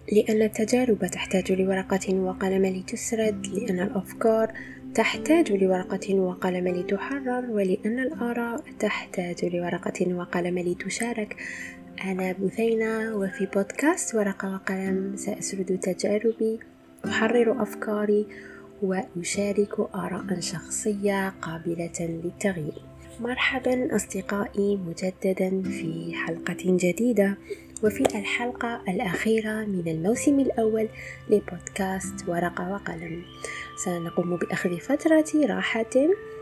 لأن التجارب تحتاج لورقة وقلم لتسرد، لأن الأفكار تحتاج لورقة وقلم لتحرر، ولأن الآراء تحتاج لورقة وقلم لتشارك. أنا بثينة، وفي بودكاست ورقة وقلم سأسرد تجاربي، أحرر أفكاري، وأشارك آراء شخصية قابلة للتغيير. مرحبا أصدقائي مجددا في حلقة جديدة، وفي الحلقة الأخيرة من الموسم الأول لبودكاست ورقة وقلم. سنقوم بأخذ فترة راحة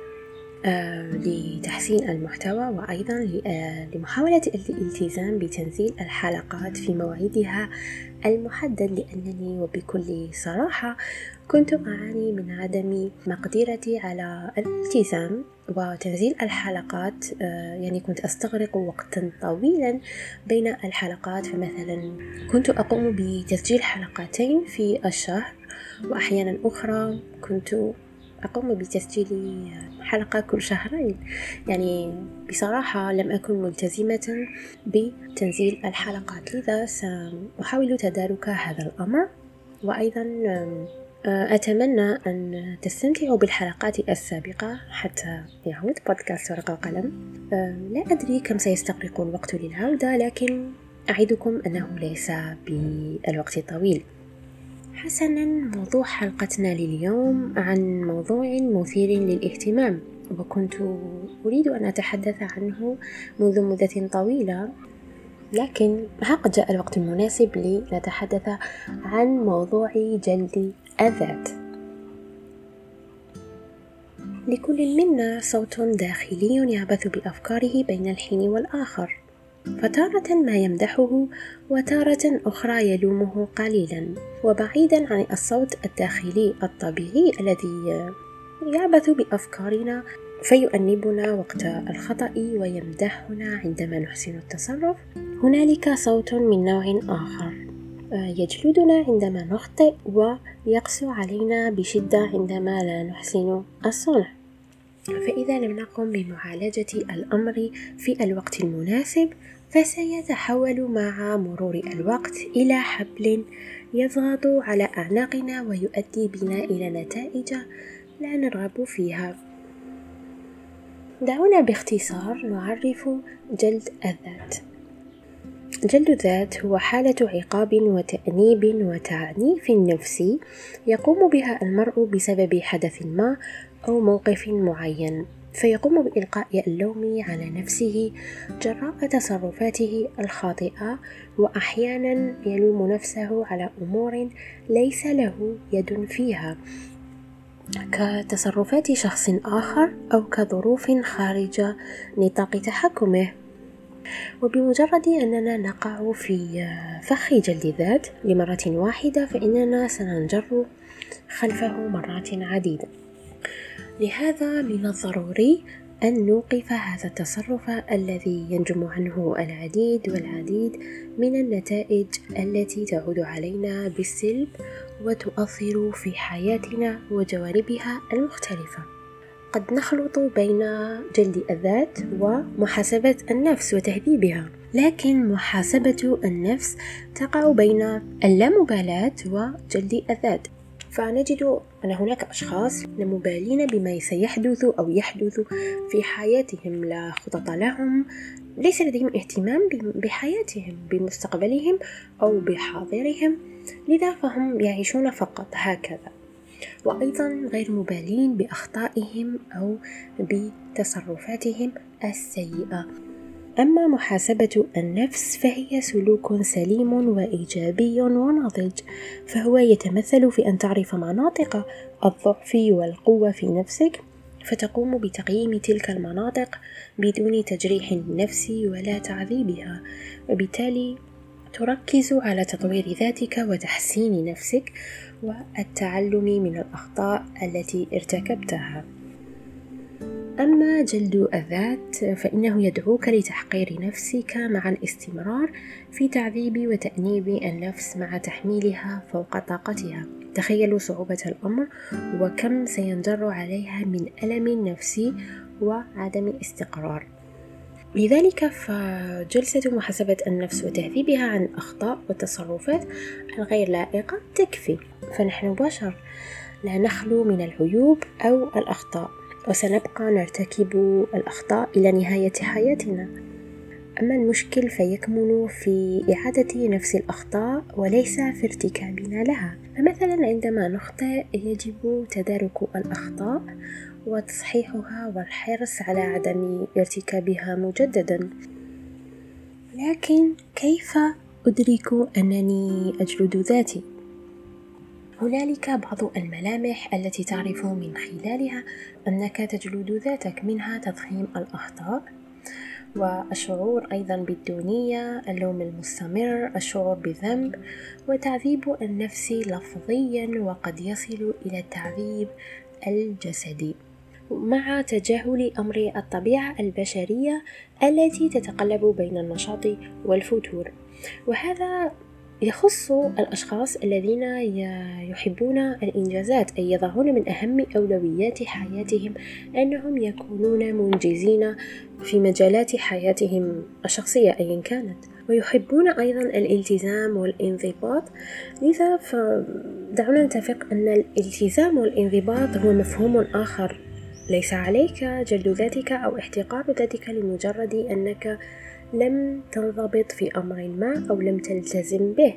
لتحسين المحتوى، وأيضا لمحاولة الالتزام بتنزيل الحلقات في موعدها المحدد، لأنني وبكل صراحة كنت أعاني من عدم مقدرتي على الالتزام وتنزيل الحلقات. يعني كنت أستغرق وقتا طويلا بين الحلقات، فمثلا كنت أقوم بتسجيل حلقتين في الشهر، وأحيانا أخرى كنت أقوم بتسجيل حلقة كل شهرين. يعني بصراحة لم أكن ملتزمة بتنزيل الحلقات، لذا سأحاول تدارك هذا الأمر. وأيضا أتمنى أن تستمتعوا بالحلقات السابقة حتى يعود بودكاست ورقة وقلم. لا أدري كم سيستغرق الوقت للعودة، لكن أعدكم أنه ليس بالوقت الطويل. حسنا، موضوع حلقتنا لليوم عن موضوع مثير للاهتمام، وكنت أريد أن أتحدث عنه منذ مدة طويلة، لكن ها قد جاء الوقت المناسب لنتحدث عن موضوع جلد الذات. لكل منا صوت داخلي يعبث بأفكاره بين الحين والآخر، فتارة ما يمدحه وتارة أخرى يلومه قليلا. وبعيدا عن الصوت الداخلي الطبيعي الذي يعبث بأفكارنا فيؤنبنا وقت الخطأ ويمدحنا عندما نحسن التصرف، هنالك صوت من نوع آخر يجلدنا عندما نخطئ ويقسو علينا بشدة عندما لا نحسن الصنع. فإذا لم نقم بمعالجة الأمر في الوقت المناسب، فسيتحول مع مرور الوقت إلى حبل يضغط على أعناقنا ويؤدي بنا إلى نتائج لا نرغب فيها. دعونا باختصار نعرف جلد الذات. جلد الذات هو حالة عقاب وتأنيب وتعنيف نفسي يقوم بها المرء بسبب حدث ما أو موقف معين، فيقوم بإلقاء اللوم على نفسه جراء تصرفاته الخاطئة، وأحيانا يلوم نفسه على أمور ليس له يد فيها، كتصرفات شخص آخر أو كظروف خارج نطاق تحكمه. وبمجرد أننا نقع في فخ جلد الذات لمرة واحدة، فإننا سننجر خلفه مرات عديدة. لهذا من الضروري أن نوقف هذا التصرف الذي ينجم عنه العديد والعديد من النتائج التي تعود علينا بالسلب وتؤثر في حياتنا وجوانبها المختلفة. قد نخلط بين جلد الذات ومحاسبة النفس وتهذيبها، لكن محاسبة النفس تقع بين اللامبالاة وجلد الذات. فنجد أن هناك أشخاص مبالين بما سيحدث أو يحدث في حياتهم، لا خطط لهم، ليس لديهم اهتمام بحياتهم، بمستقبلهم أو بحاضرهم، لذا فهم يعيشون فقط هكذا. وأيضا غير مبالين بأخطائهم أو بتصرفاتهم السيئة. أما محاسبة النفس فهي سلوك سليم وإيجابي وناضج، فهو يتمثل في أن تعرف مناطق الضعف والقوة في نفسك، فتقوم بتقييم تلك المناطق بدون تجريح النفس ولا تعذيبها، وبالتالي تركز على تطوير ذاتك وتحسين نفسك والتعلم من الأخطاء التي ارتكبتها. أما جلد الذات فإنه يدعوك لتحقير نفسك مع الاستمرار في تعذيب وتأنيب النفس مع تحميلها فوق طاقتها. تخيلوا صعوبة الأمر وكم سينجر عليها من ألم نفسي وعدم استقرار. لذلك فجلسة محاسبة النفس وتهذيبها عن الأخطاء والتصرفات الغير لائقة تكفي، فنحن بشر لا نخلو من العيوب أو الأخطاء، وسنبقى نرتكب الأخطاء إلى نهاية حياتنا. أما المشكل فيكمن في إعادة نفس الأخطاء وليس في ارتكابنا لها. فمثلا عندما نخطئ يجب تدارك الأخطاء وتصحيحها والحرص على عدم ارتكابها مجددا. لكن كيف أدرك أنني أجلد ذاتي؟ هنالك بعض الملامح التي تعرف من خلالها أنك تجلد ذاتك، منها تضخيم الأخطاء، والشعور أيضا بالدونية، اللوم المستمر، الشعور بالذنب، وتعذيب النفس لفظيا وقد يصل إلى التعذيب الجسدي، مع تجاهل أمر الطبيعة البشرية التي تتقلب بين النشاط والفتور. وهذا يخص الأشخاص الذين يحبون الإنجازات، أي يضعون من أهم أولويات حياتهم أنهم يكونون منجزين في مجالات حياتهم الشخصية أيا كانت، ويحبون أيضا الالتزام والانضباط. لذا فدعونا نتفق أن الالتزام والانضباط هو مفهوم آخر، ليس عليك جلد ذاتك أو احتقار ذاتك لمجرد أنك لم تنضبط في أمر ما أو لم تلتزم به.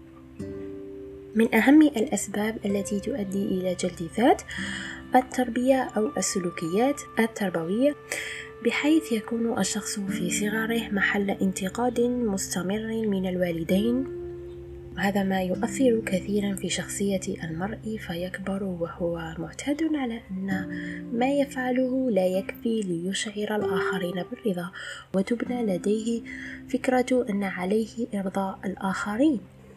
من أهم الأسباب التي تؤدي إلى جلد الذات التربية أو السلوكيات التربوية، بحيث يكون الشخص في صغره محل انتقاد مستمر من الوالدين، وهذا ما يؤثر كثيرا في شخصية المرء، فيكبر وهو معتاد على أن ما يفعله لا يكفي ليشعر الآخرين بالرضا، وتبنى لديه فكرة أن عليه إرضاء الآخرين.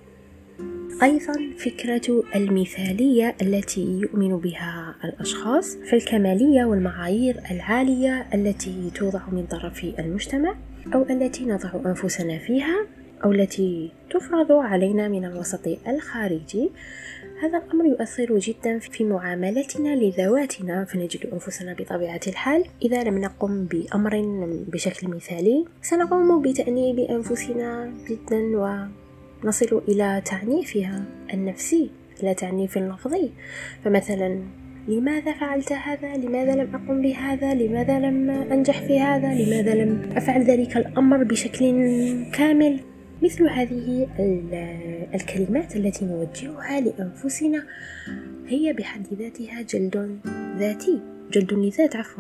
أيضا فكرة المثالية التي يؤمن بها الأشخاص، فالكمالية والمعايير العالية التي توضع من طرف المجتمع أو التي نضع أنفسنا فيها أو التي تفرض علينا من الوسط الخارجي. هذا الأمر يؤثر جدا في معاملتنا لذواتنا، فنجد أنفسنا بطبيعة الحال إذا لم نقم بأمر بشكل مثالي سنقوم بتأنيب أنفسنا جدا ونصل إلى تعنيفها النفسي، إلى تعنيف لفظي. فمثلا لماذا فعلت هذا؟ لماذا لم أقم بهذا؟ لماذا لم أنجح في هذا؟ لماذا لم أفعل ذلك الأمر بشكل كامل؟ مثل هذه الكلمات التي نوجهها لأنفسنا هي بحد ذاتها جلد ذاتي، جلد للذات عفوا.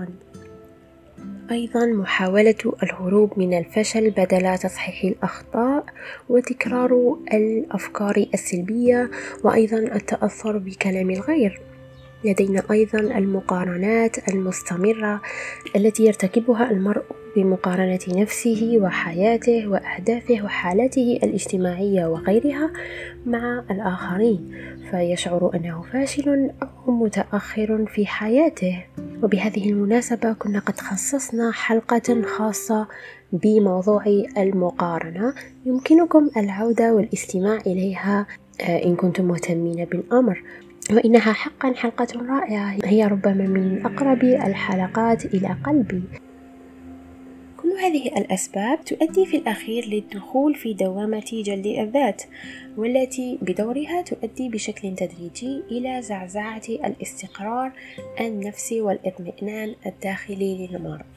أيضا محاولة الهروب من الفشل بدل تصحيح الأخطاء، وتكرار الأفكار السلبية، وأيضا التأثر بكلام الغير. لدينا أيضا المقارنات المستمرة التي يرتكبها المرء بمقارنة نفسه وحياته وأهدافه وحالته الاجتماعية وغيرها مع الآخرين، فيشعر أنه فاشل أو متأخر في حياته. وبهذه المناسبة كنا قد خصصنا حلقة خاصة بموضوع المقارنة، يمكنكم العودة والاستماع إليها إن كنتم مهتمين بالأمر، وإنها حقا حلقة رائعة، هي ربما من أقرب الحلقات إلى قلبي. كل هذه الأسباب تؤدي في الأخير للدخول في دوامة جلد الذات، والتي بدورها تؤدي بشكل تدريجي إلى زعزعة الاستقرار النفسي والإطمئنان الداخلي للمرء.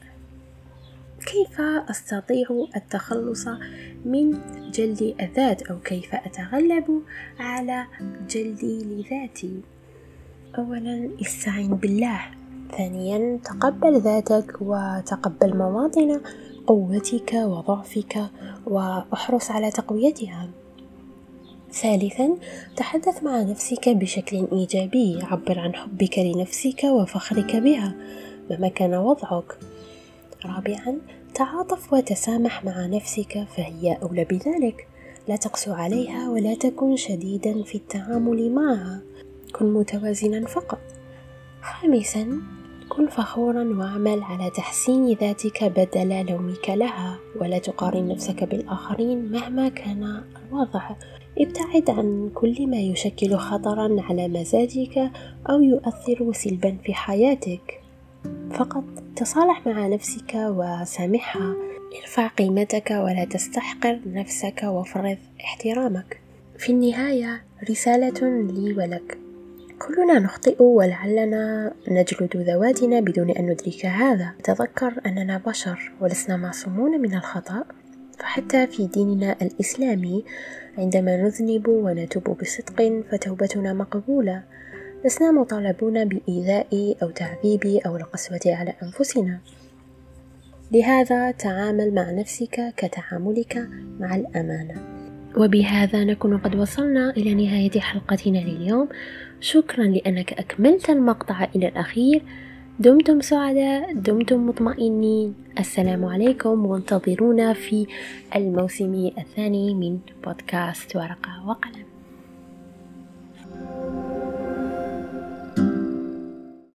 كيف أستطيع التخلص من جلد الذات، أو كيف أتغلب على جلدي لذاتي؟ أولا استعن بالله. ثانيا تقبل ذاتك وتقبل مواطن قوتك وضعفك واحرص على تقويتها. ثالثا تحدث مع نفسك بشكل إيجابي، عبر عن حبك لنفسك وفخرك بها مهما كان وضعك. رابعا تعاطف وتسامح مع نفسك، فهي أولى بذلك، لا تقسو عليها ولا تكن شديدا في التعامل معها، كن متوازنا فقط. خامسا كن فخورا واعمل على تحسين ذاتك بدل لومك لها، ولا تقارن نفسك بالآخرين مهما كان الوضع. ابتعد عن كل ما يشكل خطرا على مزاجك أو يؤثر سلبا في حياتك. فقط تصالح مع نفسك وسامحها. ارفع قيمتك ولا تستحقر نفسك وفرض احترامك. في النهاية رسالة لي ولك: كلنا نخطئ ولعلنا نجلد ذواتنا بدون أن ندرك هذا. تذكر أننا بشر ولسنا معصومون من الخطأ، فحتى في ديننا الإسلامي عندما نذنب ونتوب بصدق فتوبتنا مقبولة، لسنا مطالبون بإيذاء أو تعذيب أو القسوة على أنفسنا. لهذا تعامل مع نفسك كتعاملك مع الأمانة. وبهذا نكون قد وصلنا إلى نهاية حلقتنا لليوم. شكرا لأنك أكملت المقطع إلى الأخير. دمتم سعداء، دمتم مطمئنين. السلام عليكم، وانتظرونا في الموسم الثاني من بودكاست ورقة وقلم.